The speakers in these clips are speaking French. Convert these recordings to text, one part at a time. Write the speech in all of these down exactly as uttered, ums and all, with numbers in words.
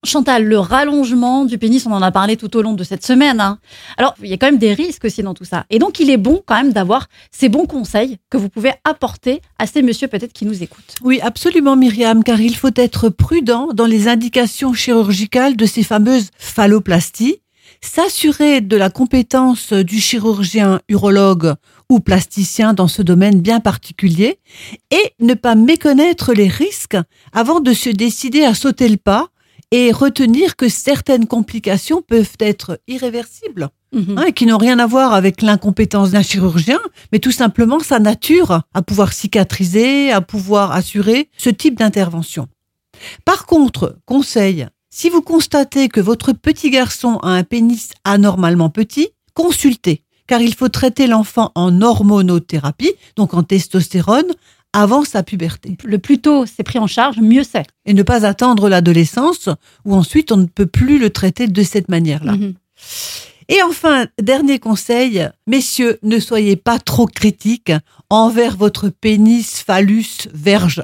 Chantal, le rallongement du pénis, on en a parlé tout au long de cette semaine. Hein. Alors, il y a quand même des risques aussi dans tout ça. Et donc, il est bon quand même d'avoir ces bons conseils que vous pouvez apporter à ces messieurs peut-être qui nous écoutent. Oui, absolument Myriam, car il faut être prudent dans les indications chirurgicales de ces fameuses phalloplasties, s'assurer de la compétence du chirurgien urologue ou plasticien dans ce domaine bien particulier et ne pas méconnaître les risques avant de se décider à sauter le pas et retenir que certaines complications peuvent être irréversibles, mmh. hein, et qui n'ont rien à voir avec l'incompétence d'un chirurgien, mais tout simplement sa nature à pouvoir cicatriser, à pouvoir assurer ce type d'intervention. Par contre, conseil, si vous constatez que votre petit garçon a un pénis anormalement petit, consultez, car il faut traiter l'enfant en hormonothérapie, donc en testostérone, avant sa puberté. Le plus tôt c'est pris en charge, mieux c'est. Et ne pas attendre l'adolescence, où ensuite on ne peut plus le traiter de cette manière-là. Mmh. Et enfin, dernier conseil, messieurs, ne soyez pas trop critiques envers votre pénis, phallus, verge.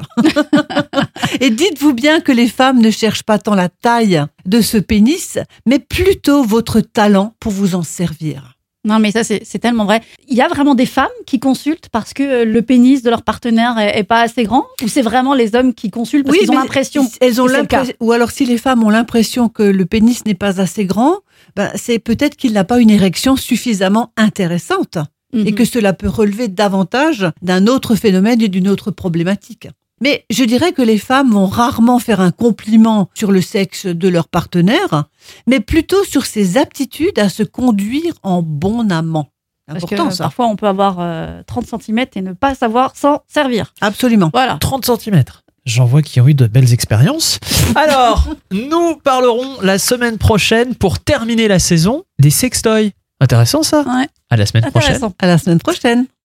Et dites-vous bien que les femmes ne cherchent pas tant la taille de ce pénis, mais plutôt votre talent pour vous en servir. Non, mais ça, c'est, c'est tellement vrai. Il y a vraiment des femmes qui consultent parce que le pénis de leur partenaire est, est pas assez grand, ou c'est vraiment les hommes qui consultent parce oui, qu'ils ont l'impression elles ont que c'est le cas. Ou alors si les femmes ont l'impression que le pénis n'est pas assez grand, ben, c'est peut-être qu'il n'a pas une érection suffisamment intéressante mm-hmm. et que cela peut relever davantage d'un autre phénomène et d'une autre problématique. Mais je dirais que les femmes vont rarement faire un compliment sur le sexe de leur partenaire, mais plutôt sur ses aptitudes à se conduire en bon amant. Parce important, que ça. Parfois, on peut avoir euh, trente centimètres et ne pas savoir s'en servir. Absolument. Voilà. trente centimètres. J'en vois qui ont eu de belles expériences. Alors, nous parlerons la semaine prochaine, pour terminer la saison, des sextoys. Intéressant ça. Ouais. À la semaine prochaine. À la semaine prochaine.